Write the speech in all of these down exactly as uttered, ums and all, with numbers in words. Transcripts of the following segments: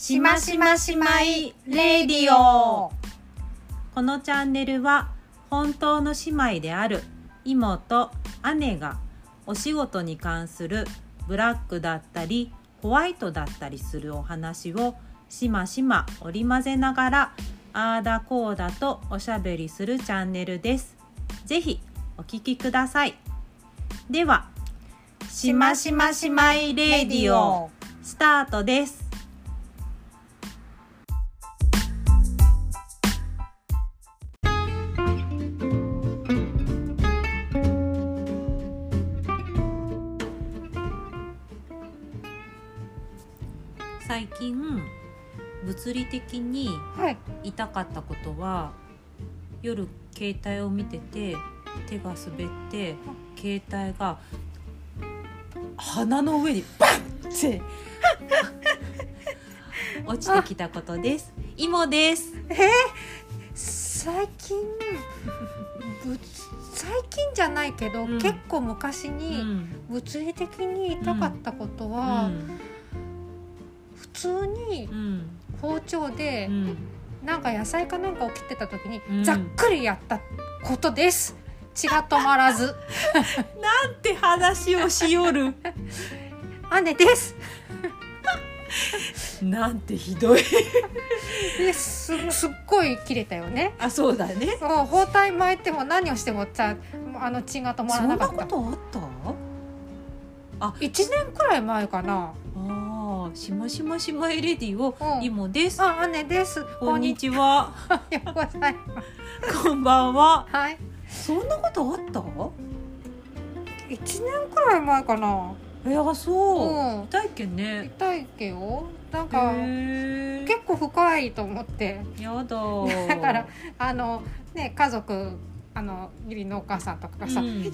しましましまいレディオ。 このチャンネルは本当の姉妹である妹、姉がお仕事に関するブラックだったりホワイトだったりするお話をしましま織り交ぜながらあーだこーだとおしゃべりするチャンネルです。ぜひお聞きください。ではしましましまいレディオスタートです。最近物理的に痛かったことは、はい、夜携帯を見てて手が滑って携帯が鼻の上にバンって落ちてきたことです。イモです。 えー、最近最近じゃないけど、うん、結構昔に物理的に痛かったことは、うんうん普通に包丁でなんか野菜かなんかを切ってた時にざっくりやったことです。血が止まらずなんて話をしよる姉ですなんてひどいです、すっごい切れたよね。 あ、そうだね。 包帯巻いても何をしてもさあの血が止まらなかった。 そんなことあった？あ、 いちねんくらい前かな。 あ、しましましまいレディオ、 うん、 イモです。 あ、姉です。 こんにちは。 ようございます。 こんばんは。 はい。 そんなことあった？ いちねんくらい前かな。 いや、そう、 うん、 痛いっけね。 痛いっけよ。なんか結構深いと思って。 やだ。 だからあのね、家族あの義理のお母さんとかがさ、うん、いや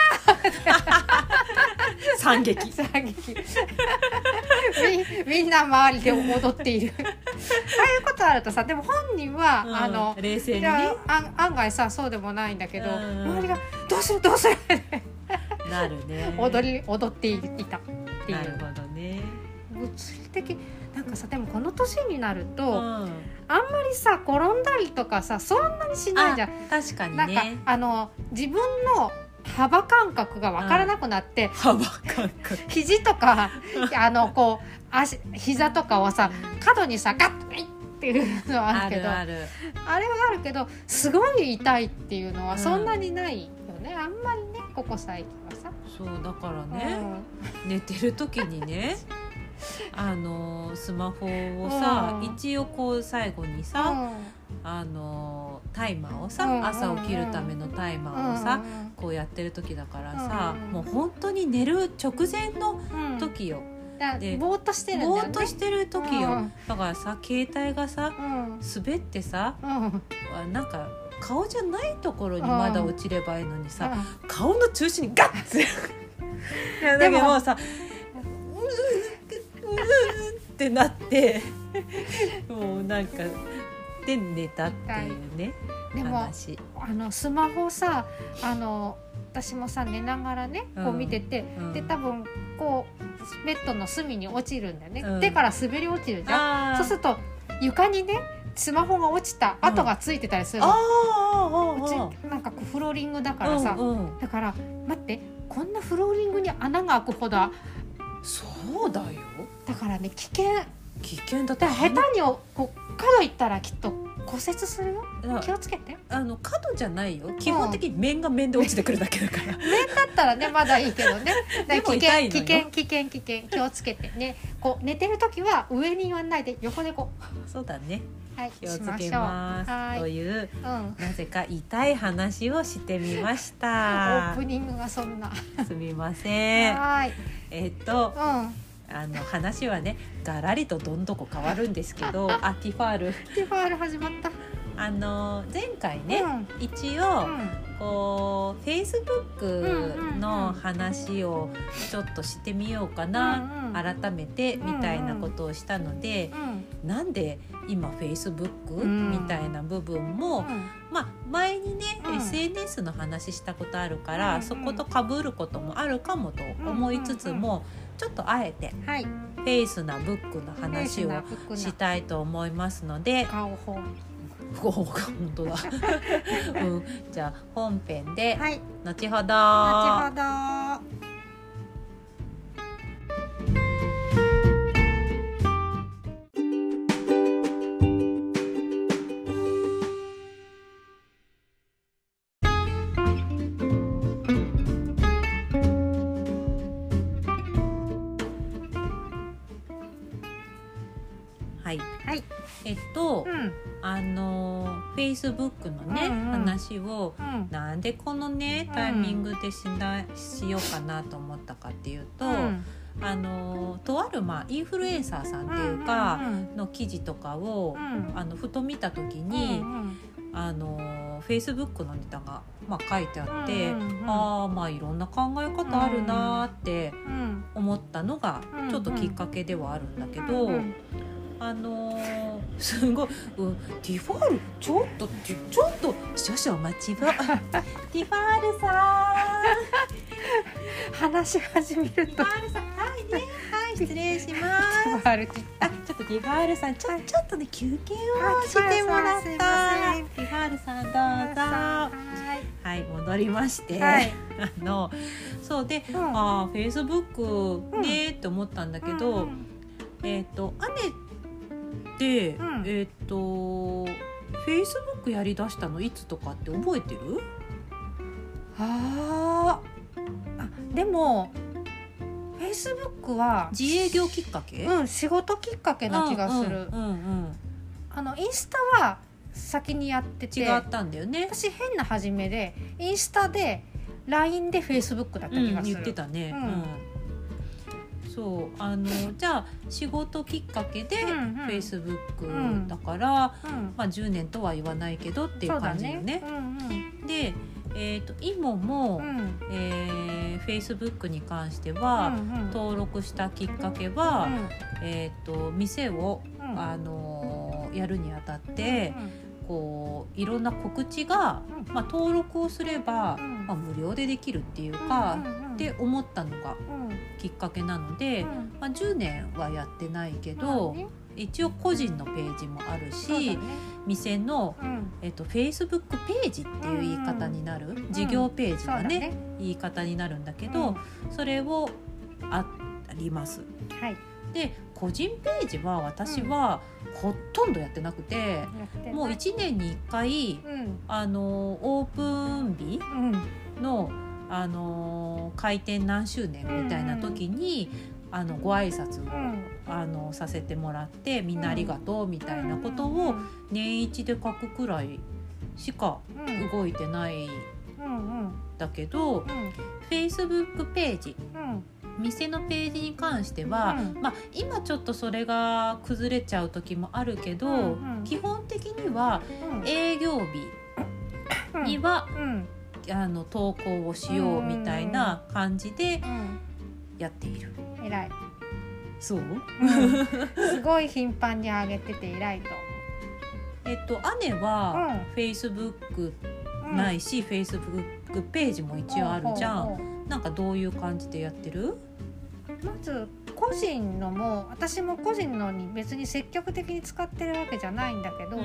ー惨劇惨劇み, みんな周りで踊っているああいうことあるとさ、でも本人は、うん、あの冷静にね、 案外さそうでもないんだけど、うん、周りがどうするどうするなるね。 踊り踊っていたっていう。 なるほどね。 物理的なんかさ、でもこの年になると、うん、あんまりさ転んだりとかさそんなにしないじゃん。 確かにね。 なんかあの自分の幅感覚が分からなくなって、 うん、幅感覚肘とかあのこう足膝とかをさ角にさガッとイッっていうのはあるけど、 あるある、 あれはあるけどすごい痛いっていうのはそんなにないよね、うん、あんまりね、ここ最近はさ。 そうだからね、うん、寝てる時にねあのスマホをさ、うん、一応こう最後にさ、うん、あのタイマーをさ、うん、朝起きるためのタイマーをさ、うん、こうやってる時だからさ、うん、もう本当に寝る直前の時よ、 うん、でぼーっとしてるんだよね。 ぼーっとしてる時よ、うん、だからさ携帯がさ、うん、滑ってさ、うん、なんか顔じゃないところにまだ落ちればいいのにさ、うん、顔の中心にガッツいやだけどもうさうーってなってもうなんかで寝たっていうね、 でも話。あのスマホさ、あの私もさ寝ながらねこう見てて、うん、で多分こうベッドの隅に落ちるんだよね、うん、手から滑り落ちるじゃん。そうすると床にねスマホが落ちた跡がついてたりするの、うん、うちなんかこうフローリングだからさ、うんうん、だから待って、こんなフローリングに穴が開くほど。 そうだよ。 だからね、危険危険だった。 下手にこう角行ったらきっと骨折するよ。気をつけて。 あの角じゃないよ、基本的に面が面で落ちてくるだけだから面だったらねまだいいけどね。だ危険危険危険危険気をつけてね。こう寝てる時は上に言わないで横でこう。 そうだね、 はい、 気をつけますという、うん、なぜか痛い話をしてみました。 オープニングがそんなすみません。 はい、 えっと、 うん、 あの話はねガラリとどんどこ変わるんですけどあ、ティファールティファール始まった。 あの前回ね、うん、一応、うん、こう Facebook の話をちょっとしてみようかな、うんうん、改めてみたいなことをしたので、うんうん、なんで今 Facebook、うん、みたいな部分も、うん、まあ前にね、 うん、 エスエヌエス の話したことあるから、 うんうん、 そこと被ることもあるかもと思いつつも、うんうんうん、ちょっとあえて、 はい、 フェイスなブックの話をしたいと思いますので、 顔本本当だ、うん、じゃあ本編で、 はい、 後ほど後ほど。 はい、 はい、 えっと、 うん、 あのフェイスブックのね、うんうん、話を、うん、なんでこのねタイミングでしな、しようかなと思ったかっていうと、うん、あのとある、まあ、インフルエンサーさんっていうか、うんうんうん、の記事とかを、うん、あのふと見た時に、うんうん、あのフェイスブックのネタが、まあ、書いてあって、うんうんうん、あまあいろんな考え方あるなって思ったのがちょっときっかけではあるんだけど、うんうん、あのー、すごい、うん、ティファールちょっとちょっと少々お待ちをティファールさん話し始めるとティファールさんはいねはい失礼しますティファールってあちょっとティファールさんちょ、ちょっとね休憩をしてもらったティファールさんどうぞはいはい戻りまして、はい、あのそうで、うん、あフェイスブックねって思ったんだけど、うん、えっ、ー、と姉で、うん、えっ、ー、とフェイスブックやりだしたのいつとかって覚えてる？ ああでもフェイスブックは自営業きっかけ？ うん仕事きっかけな気がする、 うんうんうんうん、 あのインスタは先にやってて違ったんだよね。 私変な始めでインスタで ライン でフェイスブックだった気がする、うん、 言ってたね、うんうん、そうあのじゃあ仕事きっかけでフェイスブックだから、うんうんまあ、じゅうねんとは言わないけどっていう感じよね。うんうん、で、えーと、今も、うんえー、Facebook に関しては、うんうん、登録したきっかけは、うんえーと、店を、うん、あのやるにあたって、うんうんこういろんな告知が、まあ、登録をすれば、まあ、無料でできるっていうか、うんうんうん、って思ったのがきっかけなので、うんまあ、じゅうねんはやってないけど、うんね、一応個人のページもあるし、ね、店の、うんえっと、Facebook ページっていう言い方になる、うん、事業ページがね、ね言い方になるんだけど、うん、それをあります。 はいで個人ページは私はほとんどやってなくて、うん、もういちねんにいっかい、うん、あのオープン日の、うん、あの開店何周年みたいな時に、うん、あのご挨拶を、うん、あのさせてもらってみんなありがとうみたいなことを年一で書くくらいしか動いてないんだけど、うん、Facebook ページ、うん店のページに関しては、うんまあ、今ちょっとそれが崩れちゃう時もあるけど、うんうん、基本的には営業日には、うんうん、あの投稿をしようみたいな感じでやっている。 うん、偉いそう、 うん、すごい頻繁に上げてて偉いとえっと姉は Facebook ないし、うん、Facebook ページも一応あるじゃん、うんうんなんかどういう感じでやってる？ まず個人のも私も個人のに別に積極的に使ってるわけじゃないんだけど、うん、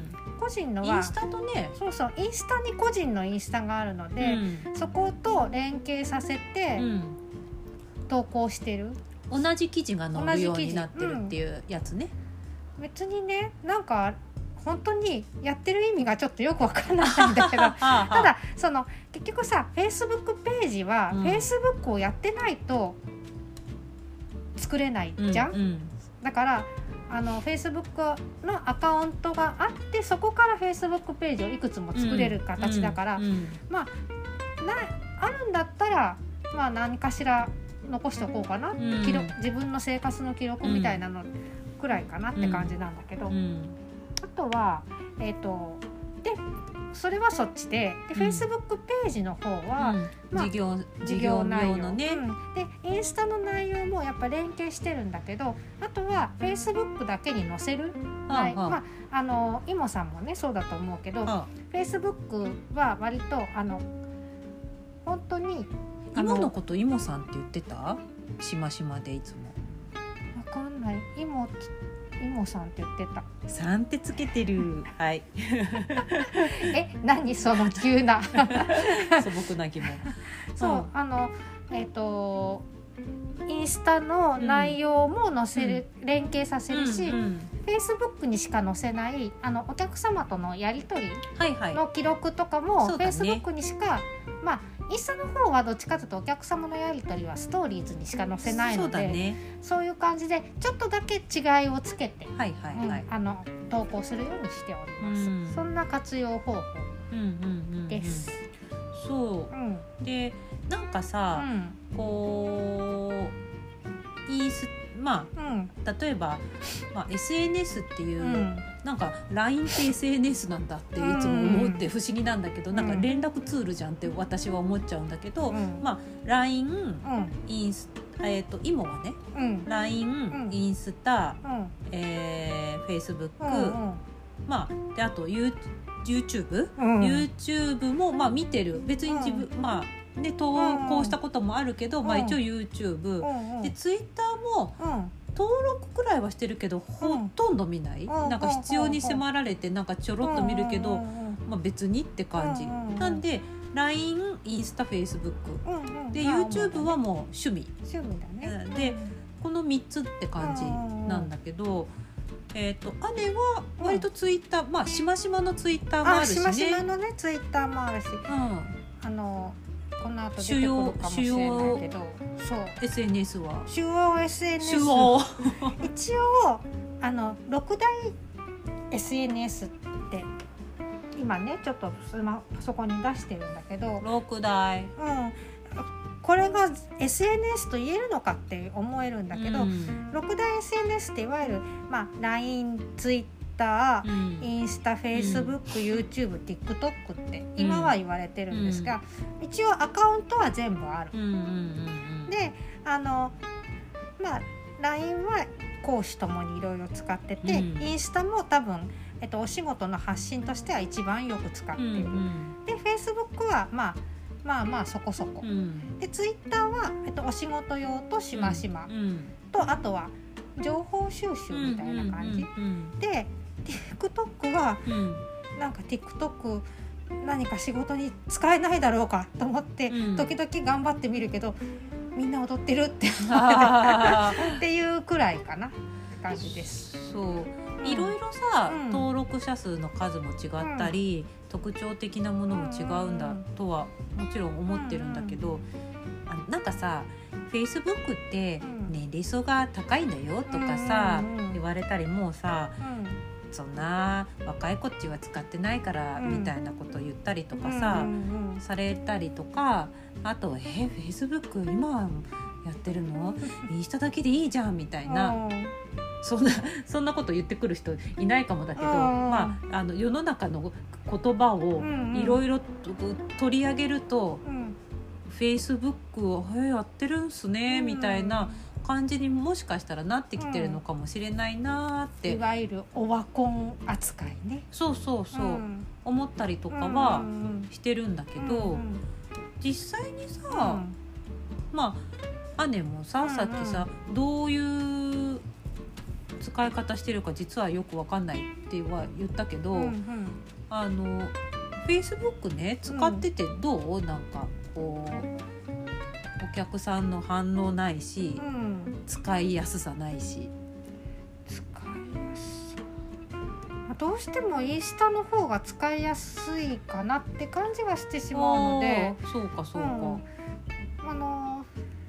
個人のはインスタとねそうそうインスタに個人のインスタがあるので、うん、そこと連携させて投稿してる、 うん、同じ記事が載るようになってるっていうやつね、 うん、別にねなんか本当にやってる意味がちょっとよくわからないんだけどただその結局さ Facebook ページは、うん、Facebook をやってないと作れないじゃん、うんうん、だからあの Facebook のアカウントがあってそこから Facebook ページをいくつも作れる形だから、うんうん、まあなあるんだったら、まあ、何かしら残しておこうかな、うん、記録自分の生活の記録みたいなのくらいかなって感じなんだけど、うんうんあとは、えーと、でそれはそっちで、で、うん、Facebook ページの方は、うんまあ、 事業事業内容のね、 うん、でインスタの内容もやっぱ連携してるんだけど、あとは Facebook だけに載せる、はいまあ、あのイモさんもねそうだと思うけど、 Facebook は割とあの本当に今のことイモさんって言ってた？しましまでいつも。 わかんない。イモイモさんって言ってた。 さんってつけてる。はい。 え、何その急な素朴な疑問。 そう、うん、あのえっ、ー、とインスタの内容も載せる、うん、連携させるし、うんうん、Facebook にしか載せないあのお客様とのやり取りの記録とかも、はいはい、Facebook にしか、まあインスタの方はどっちかというとお客様のやり取りはストーリーズにしか載せないので、 そうだね、そういう感じでちょっとだけ違いをつけて、はいはいはい、うん、あの投稿するようにしております、うん、そんな活用方法です、うんうんうんうん、 そう、うん、でなんかさ、うん、こうインスまあ、うん、例えば、まあ、エスエヌエス っていう、うん、なんか ライン って エスエヌエス なんだっていつも思って不思議なんだけど、うん、なんか連絡ツールじゃんって私は思っちゃうんだけど、うん、まあ ライン、うん、インスえーと、イモはね、うん、ライン、うん、インスタ、うん、えー、Facebook、うんうん、まあであと YouTube、うん、YouTube もまあ見てる別に自分、うん、まあで投稿したこともあるけど、うん、まあ、一応 YouTube、うん、で Twitter も登録くらいはしてるけど、うん、ほとんど見ない、うん、なんか必要に迫られてなんかちょろっと見るけど、うん、まあ、別にって感じ、うん、なんで ライン、インスタ、Facebook、うん、で YouTube はもう趣味、 趣味だね、 でこのみっつって感じなんだけど、えー、と姉は割とツイッター、うん、まあしましまのツイッターもあるしね、 しましまのねツイッターもあるし、うん、あのこの後出てくるかもしれないけど、そうエスエヌエス は主要 エスエヌエス 一応あのろく大 エスエヌエス って今ねちょっとスマパソコンに出してるんだけど、 ろく大、うん、 これが エスエヌエス と言えるのかって思えるんだけど、うん、ろく大 エスエヌエス っていわゆる、まあ、ライン、Twitter、うん、インスタ、フェイスブック、YouTube、TikTok って今は言われてるんですが、うん、一応アカウントは全部ある、うんうんうんうん、であのまあ ライン は公私ともにいろいろ使ってて、うん、インスタも多分、えっと、お仕事の発信としては一番よく使っている、うんうん、で Facebook はまあまあまあそこそこ、うん、で Twitter は、えっと、お仕事用としましま、うんうん、とあとは情報収集みたいな感じ、うんうんうんうん、でTikTok は、うん、なんか TikTok 何か仕事に使えないだろうかと思って、うん、時々頑張ってみるけどみんな踊ってるって思ってっていうくらいかなって感じです。 そう、うん、いろいろさ、うん、登録者数の数も違ったり、うん、特徴的なものも違うんだとはもちろん思ってるんだけど、あなんかさFacebook って年齢層が高いんだよとかさ、うん、言われたりもうさ、うんそんな若い子っちは使ってないからみたいなことを言ったりとかさ、うんうんうん、されたりとか、あとえフェイスブック今やってるのインスタだけでいいじゃんみたいな、うん、そんなそんなこと言ってくる人いないかもだけど、うん、まあ、あの世の中の言葉をいろいろ取り上げると、うん、フェイスブックをやってるんすねみたいな感じにもしかしたらなってきてるのかもしれないなって、 うん、いわゆるオワコン扱いね、 そうそうそう、うん、思ったりとかはしてるんだけど、うんうん、実際にさ、うん、まあ姉もさ、うんうん、さっきさどういう使い方してるか実はよく分かんないっては言ったけど、うんうん、あの Facebook ね使っててどう、うん、なんかこうお客さんの反応ないし、うん、使いやすさないし、 使いやすさどうしてもインスタの方が使いやすいかなって感じはしてしまうので、 そうかそうか、うん、 あの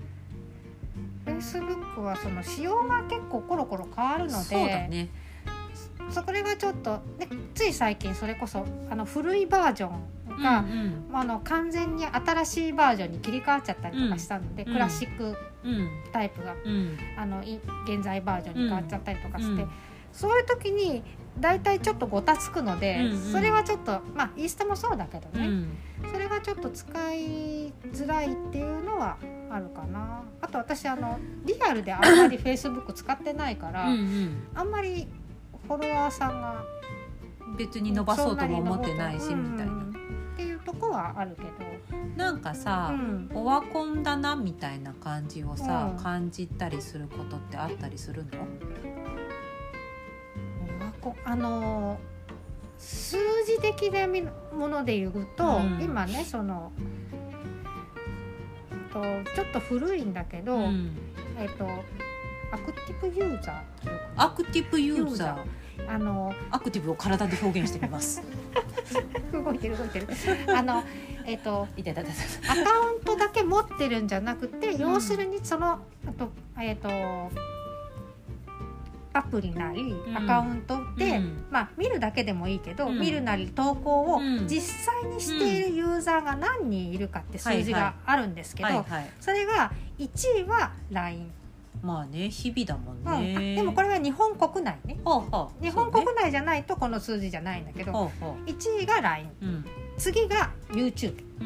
Facebook はその仕様が結構コロコロ変わるので、 そうだね、 それがちょっと、ね、つい最近それこそあの古いバージョンが、うんうん、あの完全に新しいバージョンに切り替わっちゃったりとかしたので、うん、クラシックタイプが、うん、あの現在バージョンに変わっちゃったりとかして、うん、そういう時にだいたいちょっとごたつくので、うんうん、それはちょっとまあインスタもそうだけどね、うん、それがちょっと使いづらいっていうのはあるかな。あと私あのリアルであんまり Facebook 使ってないから、うん、うん、あんまりフォロワーさんが別に伸ばそうとも思ってないし、みたいな、 うん、っていうとこはあるけど、 なんかさ、うん、オワコンだなみたいな感じをさ、うん、感じたりすることってあったりするの？ オワコン、あの数字的なもので言うと、うん、今ねそのとちょっと古いんだけど、うん、えっとアクティブユーザーアクティブユーザーあのアクティブを体で表現してみます動いてる動いてるあのえっといたいたいたアカウントだけ持ってるんじゃなくて、うん、要するにそのあとえっとアプリなりアカウントで、うん、まあ見るだけでもいいけど、うん、見るなり投稿を実際にしているユーザーが何人いるかって数字があるんですけど、はいはいはいはい、それがいちいは ライン。 まあね、日々だもんね、 うん、でもこれは日本国内ね、はあはあ、日本国内じゃないとこの数字じゃないんだけど、はあはあ、いちいが ライン、うん、次が YouTube、うん、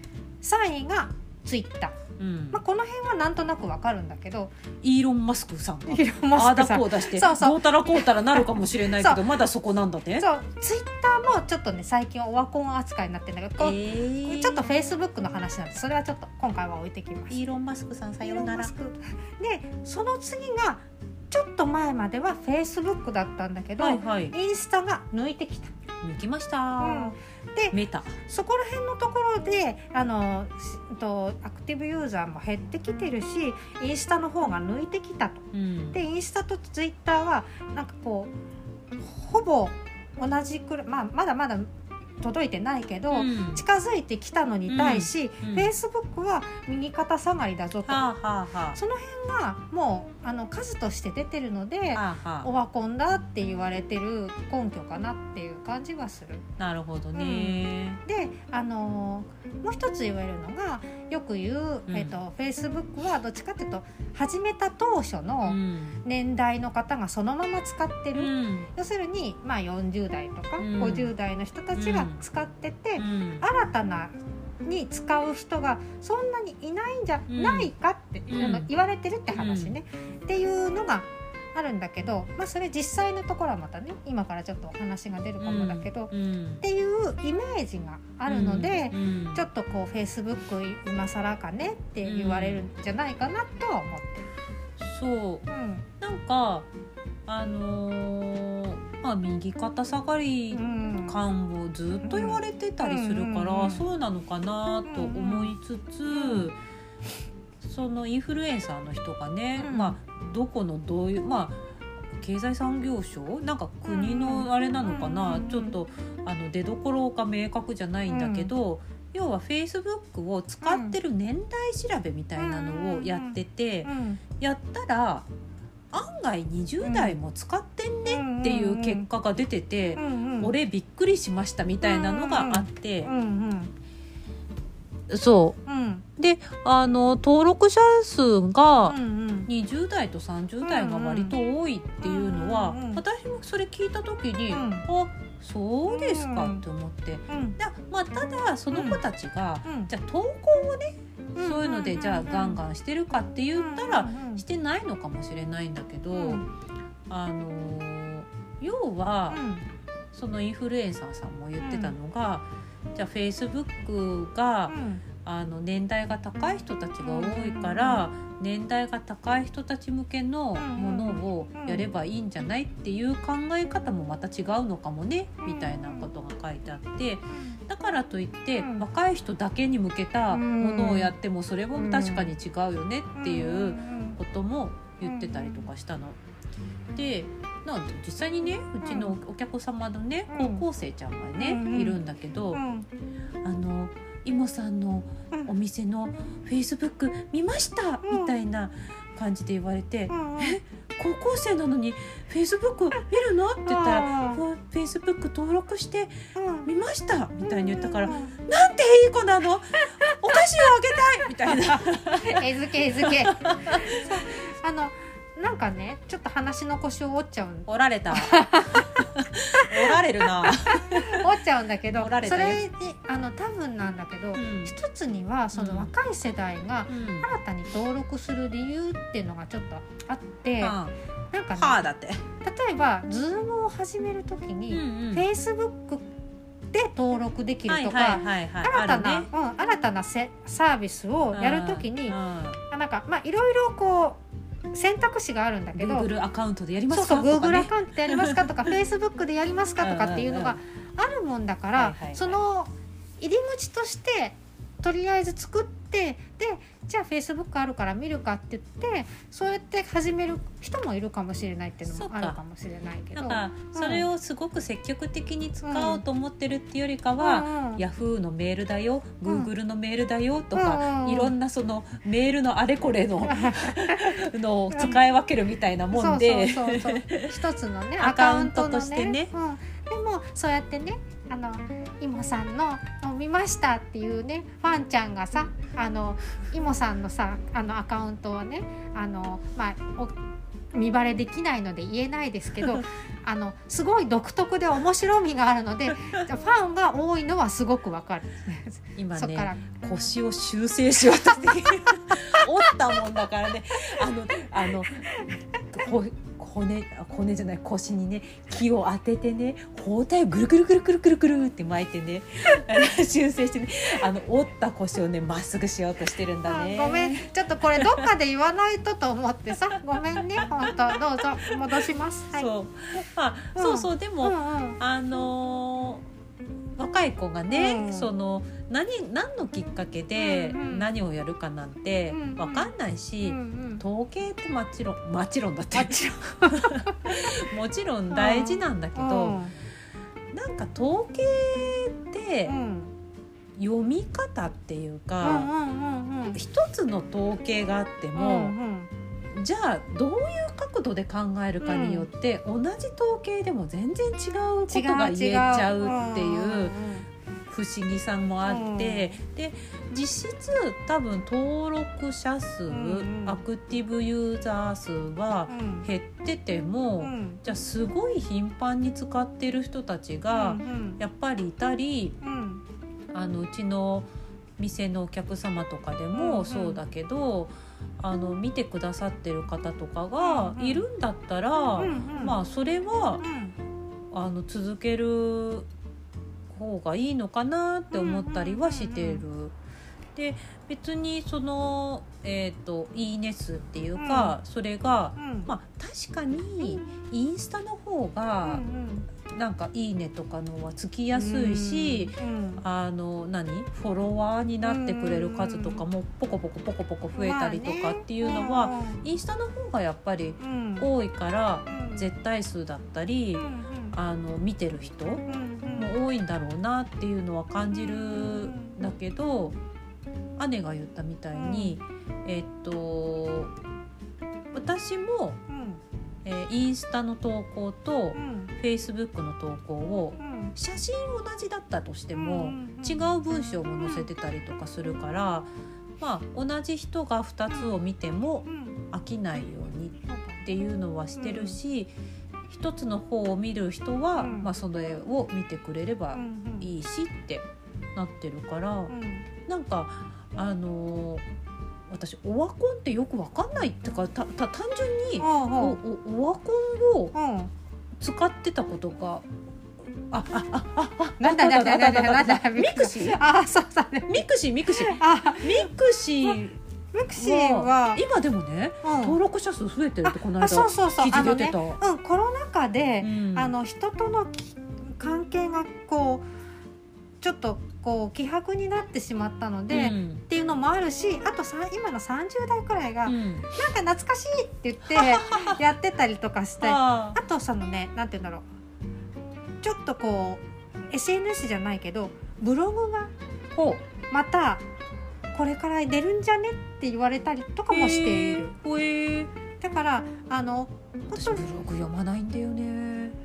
さんいが Twitter、うんまあ、この辺はなんとなくわかるんだけど、 イーロン・マスクさんがああだこう出してそうそうどうたらこうたらなるかもしれないけどまだそこなんだね。 そうツイッターもちょっとね最近オワコン扱いになってるんだけど、こう、えー、ちょっとフェイスブックの話なんでそれはちょっと今回は置いてきます。 イーロン・マスクさんさようなら。でその次がちょっと前まではフェイスブックだったんだけど、はいはい、インスタが抜いてきた抜きました、うん、 でメタそこら辺のところであのとアクティブユーザーも減ってきてるしインスタの方が抜いてきたと、うん、でインスタとツイッターはなんかこうほぼ同じくらい、まあ、まだまだ届いてないけど、うん、近づいてきたのに対し、うんうん、フェイスブックは右肩下がりだぞと、はあはあ、その辺がもうあの数として出てるので、はあはあ、オワコンだって言われてる根拠かなっていう感じはする。 なるほどね、 うん、であのもう一つ言われるのがよく言う、うんえーと、フェイスブックはどっちかっていうと始めた当初の年代の方がそのまま使ってる、うん、要するに、まあ、よんじゅう代とか、うん、ごじゅう代の人たちが使ってて、うん、新たなに使う人がそんなにいないんじゃないかって、うん、あの言われてるって話ね、うん、っていうのがあるんだけど、まあ、それ実際のところはまたね今からちょっと話が出るかもだけど、うんうん、っていうイメージがあるので、うんうん、ちょっとこうフェイスブック今更かねって言われるんじゃないかなとは思ってる。 そう、うん、なんかあのーまあ、右肩下がり感をずっと言われてたりするから、うん、そうなのかなと思いつつ、うん、そのインフルエンサーの人がね、うんまあ、どこのどういう、まあ、経済産業省なんか国のあれなのかな、うん、ちょっとあの出どころが明確じゃないんだけど、うん、要はフェイスブックを使ってる年代調べみたいなのをやってて、うん、やったら案外にじゅう代も使ってんねっていう結果が出てて、うんうんうん、俺びっくりしましたみたいなのがあって、うんうんうん、そう、うん、であの登録者数がにじゅう代とさんじゅう代が割と多いっていうのは、うんうん、私もそれ聞いた時に、うん、あそうですかって思って、うん、だまあ、ただその子たちが、うん、じゃあ投稿をねそういうのでじゃあガンガンしてるかって言ったらしてないのかもしれないんだけど、うん、あの要は、うん、そのインフルエンサーさんも言ってたのが、うん、じゃあ Facebook が、うん、あの年代が高い人たちが多いから、うん、年代が高い人たち向けのものをやればいいんじゃないっていう考え方もまた違うのかもねみたいなことが書いてあって、だからといって、うん、若い人だけに向けたものをやってもそれも確かに違うよねっていうことも言ってたりとかしたの。でなんか実際にねうちのお客様のね、うん、高校生ちゃんがね、うん、いるんだけど、うん、あのイモさんのお店のフェイスブック見ました、みたいな感じで言われて、え高校生なのにフェイスブック見るのって言ったらフェイスブック登録して見ましたみたいに言ったから、なんていい子なのお菓子をあげたいみたいなえずけえずけあのなんかねちょっと話の腰を折っちゃうん折られた折られるな折っちゃうんだけど折られたよそれにあの多分なんだけど、うん、一つにはその若い世代が新たに登録する理由っていうのがちょっとあって、うん、なんかね、 はあ、だって例えば Zoom を始めるときに、うんうん、Facebook で登録できるとか、新たな、ね、うん、新たなセサービスをやるときに、うんうん、なんかまあいろいろこう選択肢があるんだけど Google アカウントでやりますかそうそう、 とか、ね、 Google アカウントでやりますかとかFacebook でやりますかとかっていうのがあるもんだから、はいはいはい、その入り口としてとりあえず作ってでじゃあ Facebook あるから見るかって言ってそうやって始める人もいるかもしれないっていうのもあるかもしれないけど、 なんかそれをすごく積極的に使おうと思ってるっていうよりかは、うんうん、Yahoo のメールだよ、うん、Google のメールだよとか、うん、いろんなそのメールのあれこれののを使い分けるみたいなもんでそうそうそうそう一つのねアカウントとしてね、 うん、でもそうやってねあのイモさんの見ましたっていうねファンちゃんがさあのイモさんのさあのアカウントをねあの、まあ、見バレできないので言えないですけどあのすごい独特で面白みがあるのでファンが多いのはすごくわかる今ね腰を修正しようとして折ったもんだからねあのあのこ骨, 骨じゃない腰にね気を当ててね包帯をぐるぐるぐるぐるぐるぐるって巻いてね修正してねあの折った腰をねまっすぐしようとしてるんだね。 ごめんちょっとこれどっかで言わないとと思ってさごめんね本当どうぞ戻します、はい、 そう、まあうん、そうそうでも、うんうん、あのー、若い子がね、うん、その何, 何のきっかけで何をやるかなんて分かんないし、うんうん、統計ってもちろんもちろんだってもちろん大事なんだけど、うん、なんか統計って読み方っていうか、うんうんうんうん、一つの統計があっても、うんうん、じゃあどういう角度で考えるかによって、うん、同じ統計でも全然違うことが言えちゃうっていう不思議さもあって、うん、で実質多分登録者数、うんうん、アクティブユーザー数は減ってても、うん、じゃあすごい頻繁に使ってる人たちがやっぱりいたり、うん、あのうちの店のお客様とかでもそうだけど、うんうん、あの見てくださってる方とかがいるんだったら、うんうん、まあそれは、うん、あの続ける方がいいのかなって思ったりはしている。で別にその、えーと、いいね数っていうか、うん、それが、うん、まあ確かにインスタの方が、うん、なんかいいねとかのはつきやすいし、うん、あの何フォロワーになってくれる数とかもポコポコポコポコ増えたりとかっていうのは、まあね、インスタの方がやっぱり多いから、絶対数だったり、あの見てる人も多いんだろうなっていうのは感じるんだけど、姉が言ったみたいに、うん、えっと私も、うんえー、インスタの投稿と、うん、Facebook の投稿を、うん、写真同じだったとしても、うん、違う文章も載せてたりとかするから、まあ、同じ人がふたつを見ても飽きないようにっていうのはしてるし、ひとつの方を見る人は、うんまあ、それを見てくれればいいしってなってるから、うん、なんかあのー、私オワコンってよく分かんないってかたた単純に、うんうん、おおオワコンを使ってたことがあああああなんだなんだなんだなんだミクシーあそうだねミクシーミクシーあミクシーミクシーは今でもね、うん、登録者数増えてるってこの間そうそうそう記事出てた、 ねうん、コロナ禍で、うん、あの人との関係がこうちょっとこう希薄になってしまったので、うん、っていうのもあるし、あとさ今のさんじゅう代くらいが、うん、なんか懐かしいって言ってやってたりとかしてあとそのねなんて言うんだろうちょっとこう エスエヌエス じゃないけどブログがまたこれから出るんじゃねって言われたりとかもしている。 へーだからあの私ブログ読まないんだよね。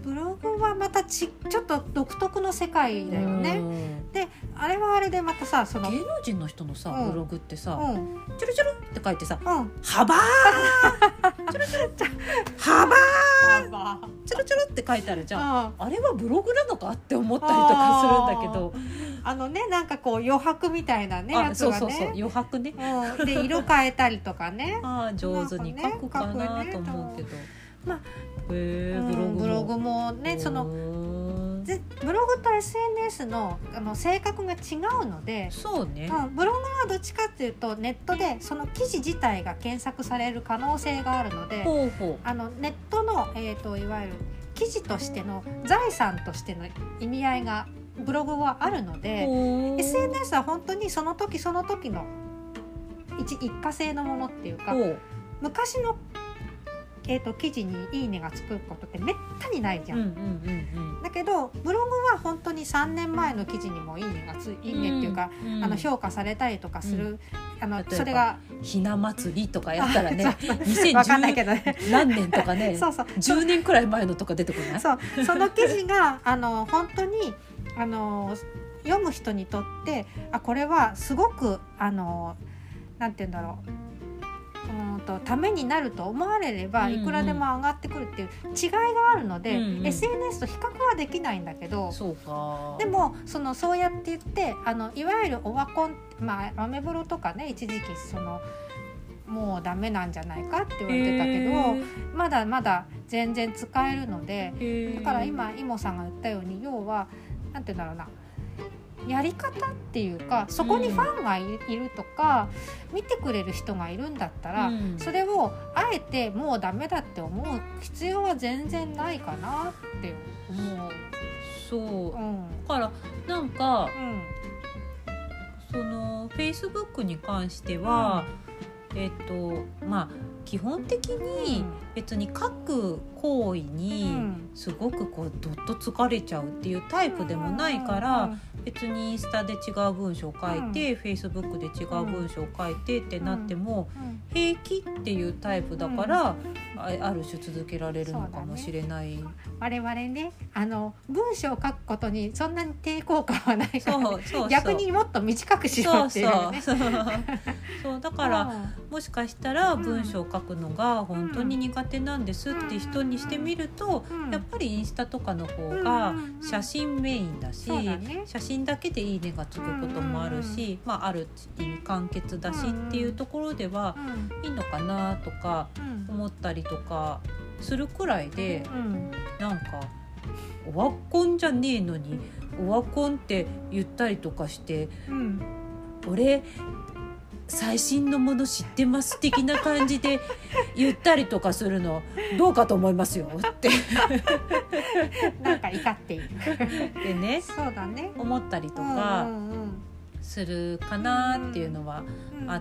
ブログはまたちちょっと独特の世界だよね。であれはあれでまたさその芸能人の人のさ、うん、ブログってさ、 うん、 チュルチュルって書いてさ、 うん、 はばーチュルチュルはばーチュルチュルって書いてあるじゃん、うん、あれはブログなのかって思ったりとかするんだけど、 あのねなんかこう余白みたいなねやつがね、 そうそうそう余白ね、 うん、で色変えたりとかねあ上手に書くかなと思うけど、 まあへブログも、 ブログもねそのブログと エスエヌエス の, あの性格が違うので、 そうね、 うん、ブログはどっちかっていうとネットでその記事自体が検索される可能性があるので、 ほうほうあのネットの、えーと、いわゆる記事としての財産としての意味合いがブログはあるので エスエヌエス は本当にその時その時の 一, 一過性のものっていうか、昔のえー、と記事にいいねがつくことってめったにないじゃん、うんうんうんうん、だけどブログは本当にさんねんまえの記事にもいいねがついいねっていうか、うんうん、あの評価されたりとかする、うん、あのそれがひな祭りとかやったらねにせんじゅうわかんないけどね何年とかねそうそうじゅうねんくらい前のとか出てこない？ そうその記事があの本当にあの読む人にとってあこれはすごくあのなんて言うんだろううんとためになると思われればいくらでも上がってくるっていう違いがあるので、うんうん、エスエヌエス と比較はできないんだけど、 そうかでもそのそうやって言ってあのいわゆるオワコン、まあ、アメブロとかね一時期そのもうダメなんじゃないかって言われてたけどまだまだ全然使えるのでだから今イモさんが言ったように要はなんて言うんだろうなやり方っていうかそこにファンがいるとか、うん、見てくれる人がいるんだったら、うん、それをあえてもうダメだって思う必要は全然ないかなって思う。 そう、うん、だからなんか、うん、その Facebook に関しては、うん、えっとまあ基本的に別に書く行為にすごくこうどっと疲れちゃうっていうタイプでもないから別にインスタで違う文章を書いて Facebook で違う文章を書いてってなっても平気っていうタイプだからある種続けられるのかもしれない、ね、 我々ねあの文章を書くことにそんなに抵抗感はないからそうそうそう逆にもっと短くしようっていうねそうそうそうそうだからもしかしたら文章を書くのが本当に苦手なんですって人にしてみるとやっぱりインスタとかの方が写真メインだし、ね、写真だけでいいねがつくこともあるし、まあ、ある意味簡潔だしっていうところではいいのかなとか思ったりとかするくらいで、なんかオワコンじゃねえのにオワコンって言ったりとかして、俺最新のもの知ってます的な感じで言ったりとかするのどうかと思いますよってなんか怒っているでね、 そうだね思ったりとかするかなっていうのはあって、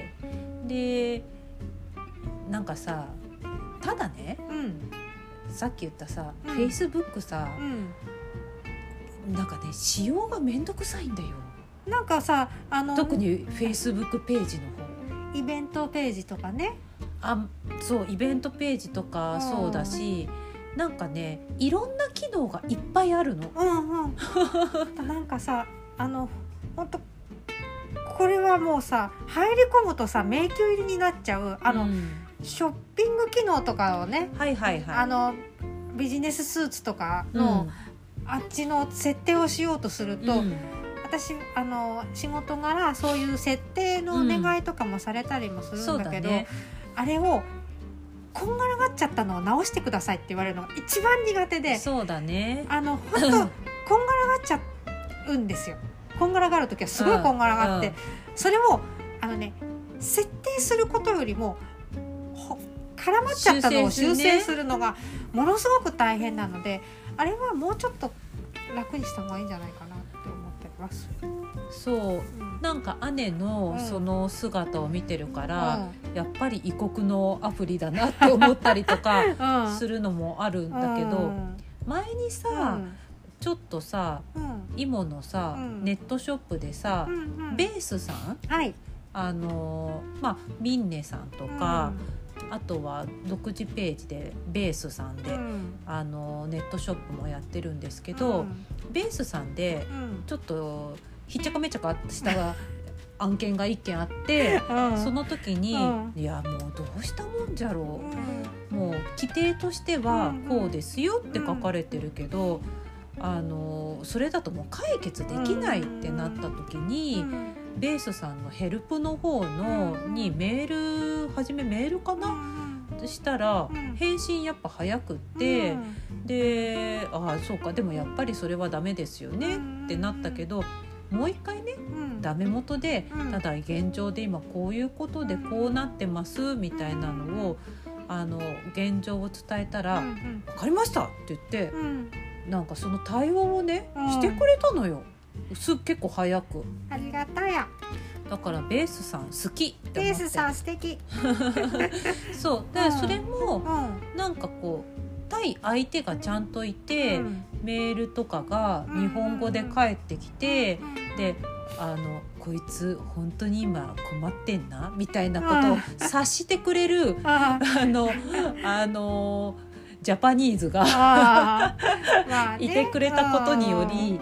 でなんかさただね、うん、さっき言ったさ、うん、Facebook さ、うん、なんかね使用がめんどくさいんだよ。 なんかさあの特に Facebook ページの方イベントページとかねあそうイベントページとかそうだし、うん、なんかねいろんな機能がいっぱいあるの、 うんうん、なんかさあの本当これはもうさ入り込むとさ迷宮入りになっちゃうあの、うん、ショッピング機能とかをね、 はいはいはい、 あのビジネススーツとかの、うん、あっちの設定をしようとすると、うん私あの仕事柄そういう設定のお願いとかもされたりもするんだけど、うんね、あれをこんがらがっちゃったのを直してくださいって言われるのが一番苦手で、 そうだねあの本当こんがらがっちゃうんですよ。こんがらがるときはすごいこんがらがって、うんうん、それをあのね設定することよりも絡まっちゃったのを修正するのがものすごく大変なので、あれはもうちょっと楽にした方がいいんじゃないかなって思ってます。 そう、うん、なんか姉のその姿を見てるから、うん、やっぱり異国のアプリだなって思ったりとかするのもあるんだけど、うん、前にさ、うん、ちょっとさ、うん、イモのさ、うん、ネットショップでさ、うんうん、ベースさん、はい、あのまあミンネさんとか、 あとは独自ページでベースさんで、 うん、 あのネットショップもやってるんですけど、 うん、 ベースさんでうんちょっとひっちゃかめっちゃかした案件がいっけんあって、 うん、 その時に、 うん、 いやもうどうしたもんじゃろう、 うん、 もう規定としてはこうですよって書かれてるけど、うん、あのそれだともう解決できないってなった時に、うん、ベースさんのヘルプの方のにメールはじめメールかな、うん、したら返信やっぱ早くって、うん、でああそうかでもやっぱりそれはダメですよねってなったけど、もう一回ね、うん、ダメ元で、うん、ただ現状で今こういうことでこうなってますみたいなのをあの現状を伝えたら、うんうん、分かりましたって言って、うん、なんかその対応をね、うん、してくれたのよ。す結構早く。 ありがたや。 だからベースさん好きって思って。 ベースさん素敵そうで、うん、それも、うん、なんかこう対相手がちゃんといて、うん、メールとかが日本語で返ってきて、うん、であのこいつ本当に今困ってんなみたいなことを察してくれる、うん、あのあのジャパニーズがまあ、ね、いてくれたことにより、うん、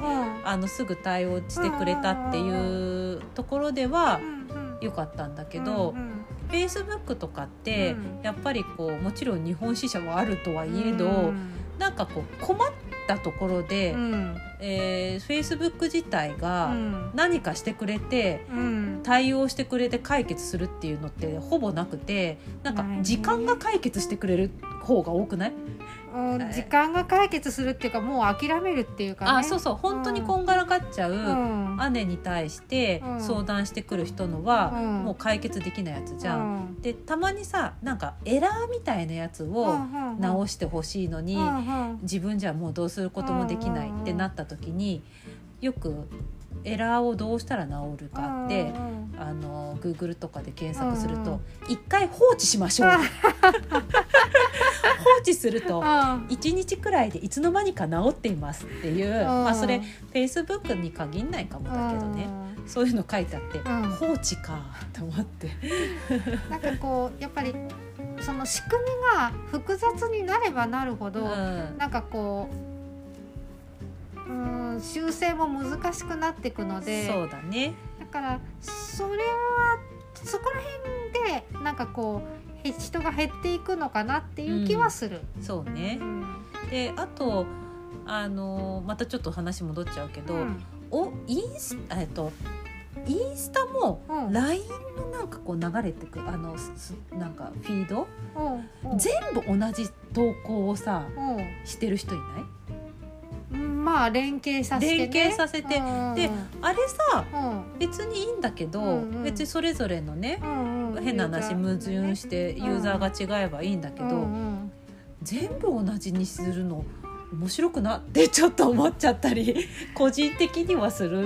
あのすぐ対応してくれたっていうところでは良かったんだけど、うんうん、Facebook とかって、うん、やっぱりこうもちろん日本支社はあるとはいえど、うん、なんかこう困ったところで、うんえー、Facebook 自体が何かしてくれて、うん、対応してくれて解決するっていうのってほぼなくて、なんか時間が解決してくれる方が多くない？ うん、時間が解決するっていうかもう諦めるっていうかね。 あ、そうそう本当にこんがらがっちゃう姉に対して相談してくる人のはもう解決できないやつじゃん、うん、でたまにさなんかエラーみたいなやつを直してほしいのに、うんうん、自分じゃもうどうすることもできないってなった時によくエラーをどうしたら治るかって、うん、あの Google とかで検索すると、うん、一回放置しましょう放置するといちにちくらいでいつの間にか治っていますっていう、うんまあ、それ Facebook に限んないかもだけどね、うん、そういうの書いてあって、うん、放置かと思ってなんかこうやっぱりその仕組みが複雑になればなるほど、うん、なんかこううん修正も難しくなっていくので、 そうだね。 だからそれはそこら辺でなんかこう人が減っていくのかなっていう気はする、 うん、そうね、うん、であとあのまたちょっと話戻っちゃうけど、うん、おインスえっとインスタも ライン のなんかこう流れてくあのなんかフィード、うんうん、全部同じ投稿をさ、うん、してる人いない？ まあ連携させて、ね、 連携させて、うん、であれさ、うん、別にいいんだけど、うんうん、別にそれぞれのね、うんうん、変な話矛盾してユーザーが違えばいいんだけど、うんうん、全部同じにするの面白くなってちょっと思っちゃったり個人的にはする、うん、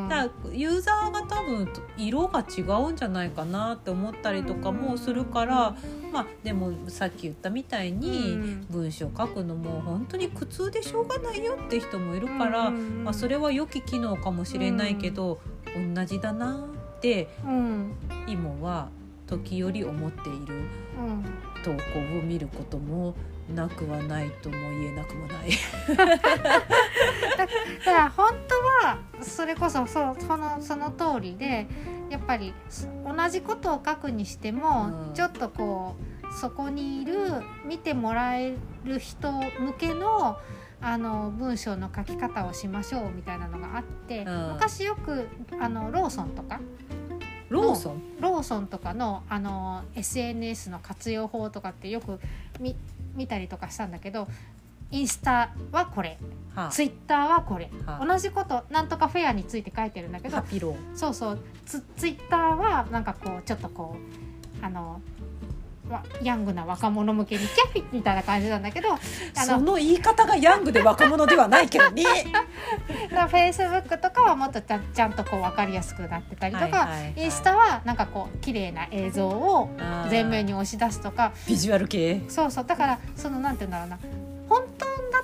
だからユーザーが多分色が違うんじゃないかなって思ったりとかもするから、まあ、でもさっき言ったみたいに文章書くのも本当に苦痛でしょうがないよって人もいるから、まあ、それは良き機能かもしれないけど同じだなって今は時折思っている投稿を見ることもなくはないとも言えなくもないだから本当はそれこそ そ, そ, のその通りでやっぱり同じことを書くにしても、うん、ちょっとこうそこにいる見てもらえる人向けのあの文章の書き方をしましょうみたいなのがあって、うん、昔よくあのローソンとかローソンローソンとか の, あの エスエヌエス の活用法とかってよく 見, 見たりとかしたんだけど、インスタはこれ、はあ、ツイッターはこれ、はあ、同じことなんとかフェアについて書いてるんだけど、 ハピローそうそうツ, ツイッターはなんかこうちょっとこうあのヤングな若者向けにキャピみたいな感じなんだけど、あのその言い方がヤングで若者ではないけどねフェイスブックとかはもっとち ゃ, ちゃんとこう分かりやすくなってたりとか、はいはいはい、インスタはなんかこう綺麗な映像を前面に押し出すとかビジュアル系、 そうそうだからそのなんていうんだろうな、本当だったら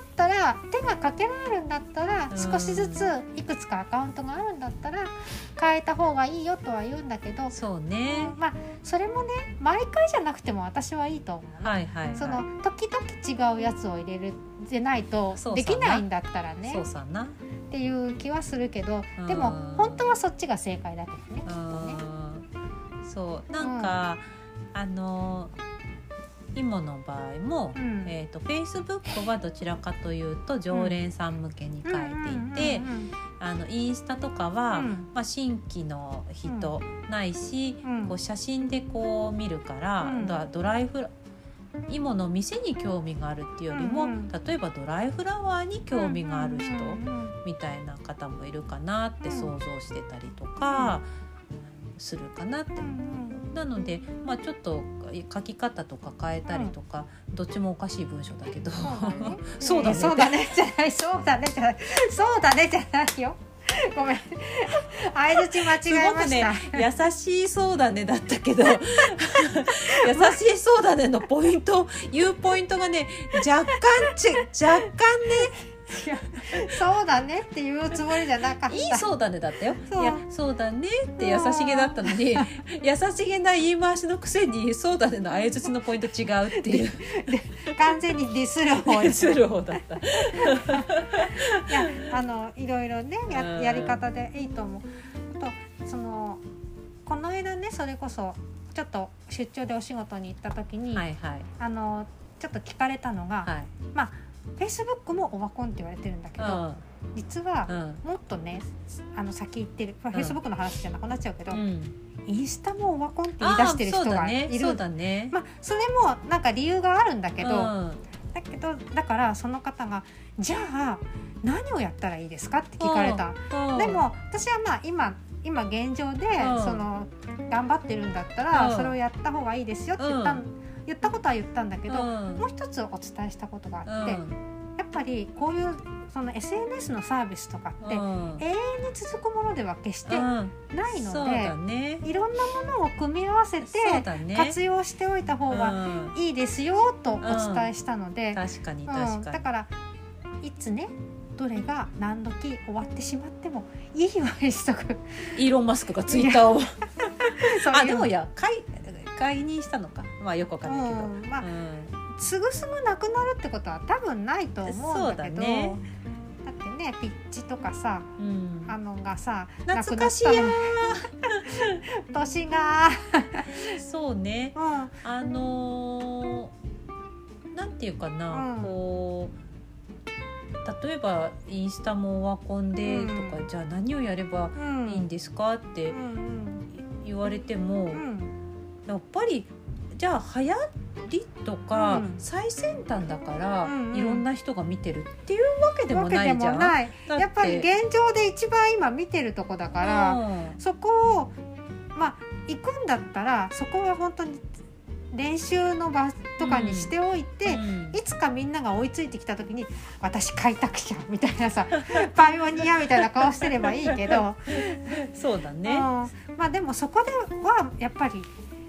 が手がかけられるんだったら、 うん少しずついくつかアカウントがあるんだったら変えた方がいいよとは言うんだけど、 そうね、 うんまあそれもね毎回じゃなくても私はいいと思う、 はいはい、はい、 その時々違うやつを入れるでないとそうさなできないんだったらねそうさなっていう気はするけど、 うんでも本当はそっちが正解だけどね、きっとね。 うんそうなんか、うん、あの今の場合も、 うんえーと、Facebook はどちらかというと常連さん向けに書いていて、あのインスタとかは、 うんまあ、新規の人ないし、 うんこう写真でこう見るから、 うんだドライフラ今の店に興味があるっていうよりも、 うんうん例えばドライフラワーに興味がある人うんうんうんみたいな方もいるかなって想像してたりとかするかなって、なので、まあ、ちょっと書き方とか変えたりとか、どっちもおかしい文章だけどそうだねそうだねそうだねじゃないそうだねじゃないそうだねじゃないよごめん相づち間違えました、 すごくね優しいそうだねだったけど優しいそうだねのポイント言うポイントがね若干ち若干ねいやそうだねっていうつもりじゃなかったいいそうだねだったよ。 そういやそうだねって優しげだったのに優しげな言い回しのくせにそうだねの相づちのポイント違うっていう完全にディスる方ディスる方だったいやあのいろいろね や, やり方でいいと思う。あとそのこの間ねそれこそちょっと出張でお仕事に行った時に、 はいはいあのちょっと聞かれたのが、 はいまあFacebook もオワコンって言われてるんだけど、実はうんもっとねあの先行ってる、まあ、 うん Facebook の話じゃなくなっちゃうけど、 うんインスタもオワコンって言い出してる人がいる。 そうだねまあそれもなんか理由があるんだけど、 うんだけどだからその方がじゃあ何をやったらいいですかって聞かれた。 うんでも私はまあ今今現状で、 うんその頑張ってるんだったら、 うんそれをやった方がいいですよって言った,、 うん言ったことは言ったんだけど、 うんもう一つお伝えしたことがあって、 うんやっぱりこういうその エスエヌエス のサービスとかって、 うん永遠に続くものでは決してうんないので、 そうだねいろんなものを組み合わせてそうだね活用しておいた方がうんいいですよとお伝えしたので、 確かにうん確かに、 だからいつねどれが何時終わってしまってもいいようにしとく。 イーロン・マスクがツイッターをそういうあでもいや解解任したのかまあよくわかんないけど、 うんまあうんすぐすぐなくなるってことは多分ないと思うんだけど、 そうだねだってねピッチとかさうんあのがさ懐かしいやなくなったの年がそうねうんあのーなんていうかな、 うんこう例えばインスタもオワコンでとか、 うんじゃあ何をやればうんいいんですかってうんうん言われても、 うんやっぱりじゃあ流行りとか、 うん最先端だから、 うんうんいろんな人が見てるっていうわけでもないじゃん。 わけでもないだってやっぱり現状で一番今見てるとこだから、 うんそこをまあ行くんだったらそこは本当に練習の場とかにしておいて、 うんいつかみんなが追いついてきた時に私開拓者みたいなさパイオニアみたいな顔してればいいけど、 そうだね、 うんまあでもそこではやっぱり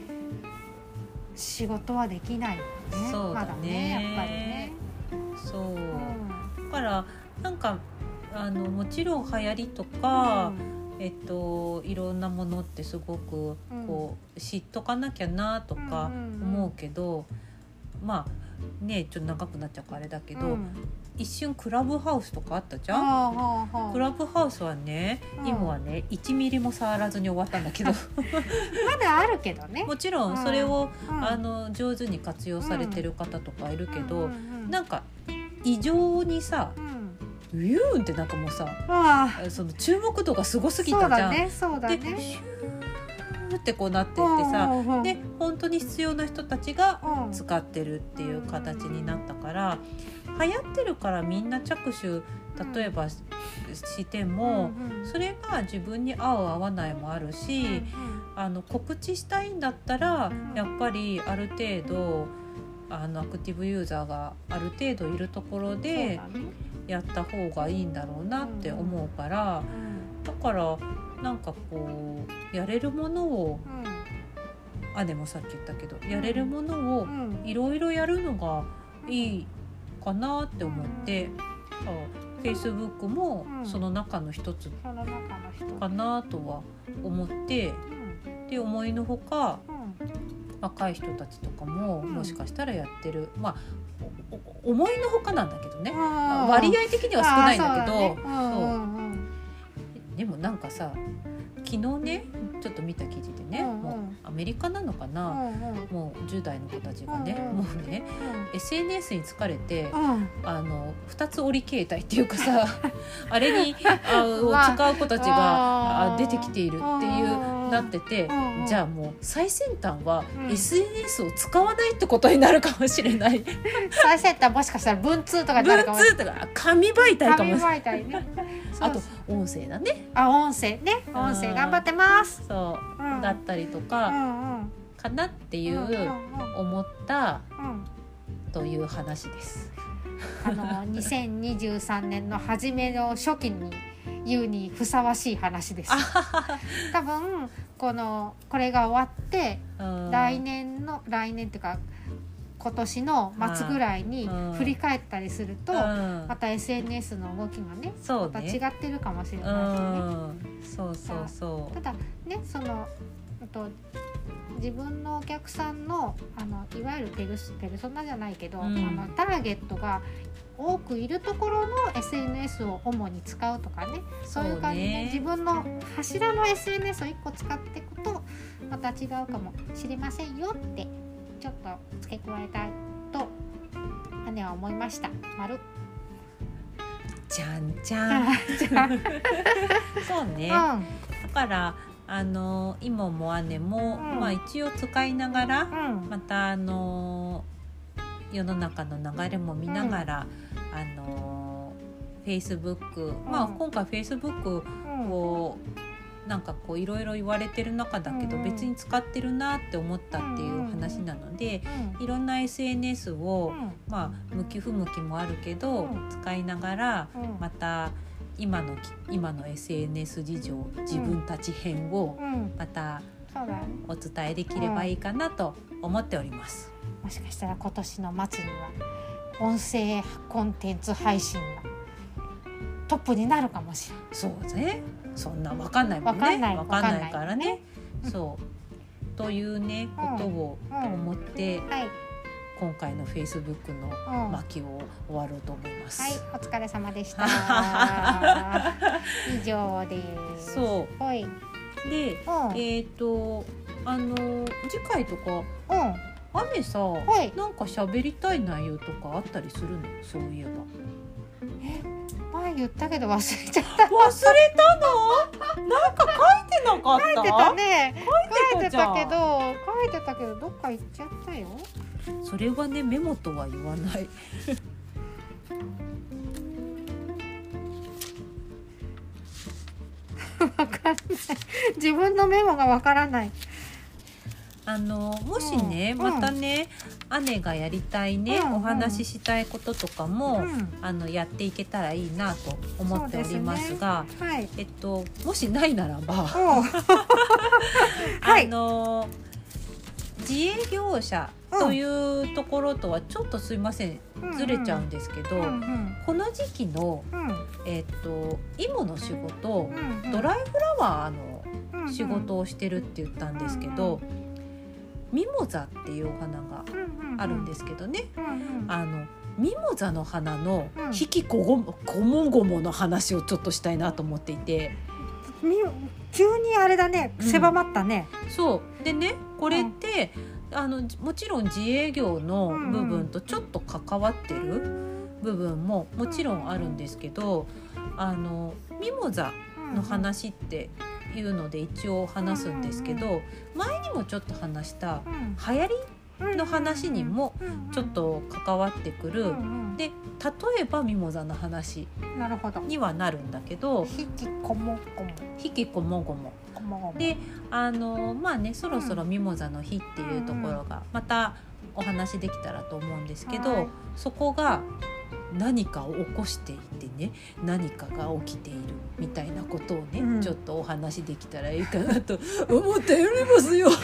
仕事はできないよね。 そうだねまだねやっぱりね。 そううんだからなんかあのもちろん流行りとか、えっと、いろんなものってすごくこう、知っとかなきゃなとか思うけど、まあねちょっと長くなっちゃうからあれだけど、 うん一瞬クラブハウスとかあったじゃん。 はあはあはあクラブハウスはね、 うん今はねいちミリも触らずに終わったんだけどまだあるけどね。 もちろんそれを、 うんあの上手に活用されてる方とかいるけど、 うんうんなんか異常にさうんウユーンってなんかもうさあその注目度がすごすあぎたじゃん。 そうだねそうだでね。 シューってこうなってってさ、 うんうんうんで本当に必要な人たちがうん使ってるっていう形になったから流行ってるからみんな着手例えばしても、 うんうんそれが自分に合う合わないもあるし、あの告知したいんだったらうんやっぱりある程度あのアクティブユーザーがある程度いるところでそうだねやった方がいいんだろうなって思うから、 うんだからなんかこうやれるものを姉もさっき言ったけどやれるものをうんうんいろいろやるのがいいかなって思って、 Facebook もうんその中の一つその中の人かなとは思って、 うんで思いのほかうん若い人たちとかもうんもしかしたらやってる、まあおお思いのほかなんだけどね、 うん割合的には少ないんだけど、 あーそうだねうんうんうんでもなんかさ昨日ねちょっと見た記事でね、 うんうんもうアメリカなのかな、 うんうんもうじゅう代の子たちがね、 うんうんもうね エスエヌエス に疲れて、 うんあのふたつ折り携帯っていうかさあれにあをまあ使う子たちがあーあ出てきているっていうなってて、 うんうんじゃあもう最先端はうんエスエヌエス を使わないってことになるかもしれない、 最先端もしかしたら文通とかになるかもしれ文通とか紙媒体かもしれない、 紙媒体ねあとそう音声だね、 あ音声ね音声頑張ってますそう、 うんだったりとうかんうんかなっていううんうん思ったうんという話です。 あのにせんにじゅうさんねんの初めの初期に言うにふさわしい話です。多分このこれが終わってうん来年の来年っていうか今年の末ぐらいにうん振り返ったりすると、 うんまた エスエヌエス の動きがねそうねまた違ってるかもしれうないしね。 んそうそうそうただねそのあと自分のお客さんのあのいわゆるペルスペルソナじゃないけど、 うんあのターゲットが多くいるところの エスエヌエス を主に使うとかねそういう感じで、ね、自分の柱の エスエヌエス をいっこ使っていくとまた違うかもしれませんよってちょっと付け加えたいと姉は思いました。丸じゃんじゃんじゃそうね、 あだからあの今も姉も、 うんまあ、一応使いながら、 うんうんまたあの世の中の流れも見ながら、あの Facebook、まあ、今回 Facebook うんをなんかこういろいろ言われてる中だけど、 うん別に使ってるなって思ったっていう話なので、 うんいろんな エスエヌエス を、 うんまあ、向き不向きもあるけど、 うん使いながらうんまた今の今の エスエヌエス 事情自分たち編をうんまたそうだよね。 お伝えできればいいかなと思っております。 もしかしたら今年の末には音声コンテンツ配信がトップになるかもしれない。 そうね、そんなわかんないもんね。 わかんないわかんないからわかんないね。そうというねうんことを思って、 はい、 今回の Facebook のうん、はい、 巻を終わろうと思います。 お疲れ様でした。以上です。 そはい、うん、 うで、えっ、とあの次回とかうん、 雨さ、 はいなんか喋りたい内容とかあったりするの？そういえば。 前言ったけど忘れちゃった。 忘れたの？なんか書いてなかった？ 書いてたね。書いて書いてたたけど、書いてたけどどっか行っちゃったよ。 それはねメモとは言わない。 わかんない。自分のメモがわからない。 あのもしね、 うんまたね姉がやりたいね、 うんお話ししたいこととかも、 うんあのやっていけたらいいなと思っておりますが、 はい。 えっともしないならば、 おうはいあの自営業者というところとはちょっとすいません、ずれちゃうんですけど、 うんうんこの時期のうんえっと芋の仕事、 うんうんドライフラワーのうん仕事をしてるって言ったんですけど、ミモザっていうお花があるんですけどね、 うんうんあのミモザの花のうん引きこごもこもごもの話をちょっとしたいなと思っていて、 み急にあれだね、 うん狭まったね。 そうでねこれって、あのもちろん自営業の部分とちょっと関わってる部分ももちろんあるんですけど、あのミモザの話っていうので一応話すんですけど、前にもちょっと話したうん流行りの話にもちょっと関わってくる、 うんうんで例えばミモザの話なるほど。 にはなるんだけど、 引きこもこも引きこもごもこもごもであのまあねそろそろミモザの日っていうところがまたお話できたらと思うんですけど、 はいそこが何かを起こしていてね何かが起きているみたいなことをね、 うんちょっとお話できたらいいかなと思っておりますよ。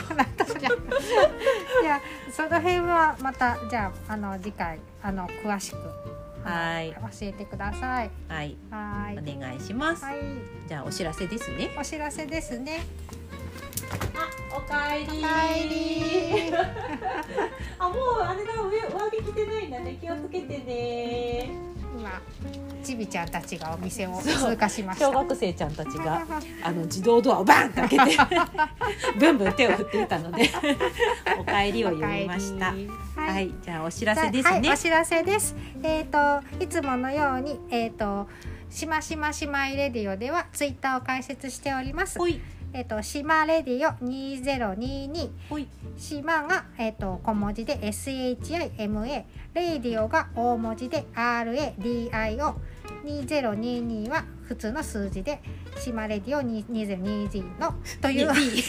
いやその辺はまたじゃああの次回あの詳しくはい、 教えてください。 はい、 はい、 お願いします。 はい、 じゃあお知らせですね。 お知らせですね。 あ、おかえり。 おかえり。 あ、もうあれだ、上上着着てないんだね。気をつけてね。 今ちびちゃんたちがお店を通過しました。 小学生ちゃんたちがあの自動ドアをバンと開けてブンブン手を振っていたのでおかえりを言いました。はい、はい、じゃあお知らせですね。 はい、お知らせです。えっ、ー、といつものようにえっ、ー、としましましまいレディオではツイッターを開設しております。えっ、ー、としまレディオにせんにじゅうに、しまがえっ、ー、と小文字で エスエイチアイエムエー、レディオが大文字で アールエーディーアイオー、にせんにじゅうには普通の数字でしまレディオにせんにじゅうのという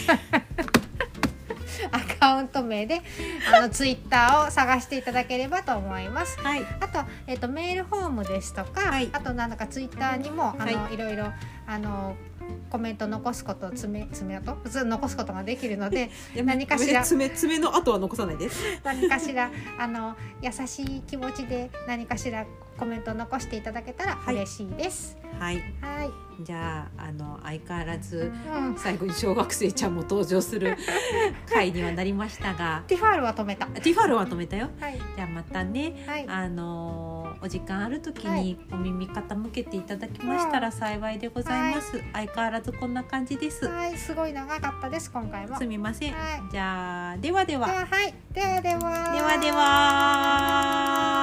アカウント名であのツイッターを探していただければと思います。 はい、 あと、えー、とメールフォームですとか、はい、あとなんだかツイッターにもあの、はい、いろいろあのコメント残すこと爪爪痕普通残すことができるので何かしら爪爪の跡は残さないです。 何かしらあの優しい気持ちで何かしらコメントを残していただけたら嬉しいです。 はい。 はい。 じゃああの相変わらず、うん、最後に小学生ちゃんも登場する回にはなりましたが、 ティファールは止めた。 ティファールは止めたよ。 はい。 じゃあまたね、はい、あのお時間ある時にお耳傾けていただきましたら幸いでございます。はい、相変わらずこんな感じです。 はい。すごい長かったです今回も。 すみません。 はい、 じゃあではでは。 でははい。ではでは。 ではでは。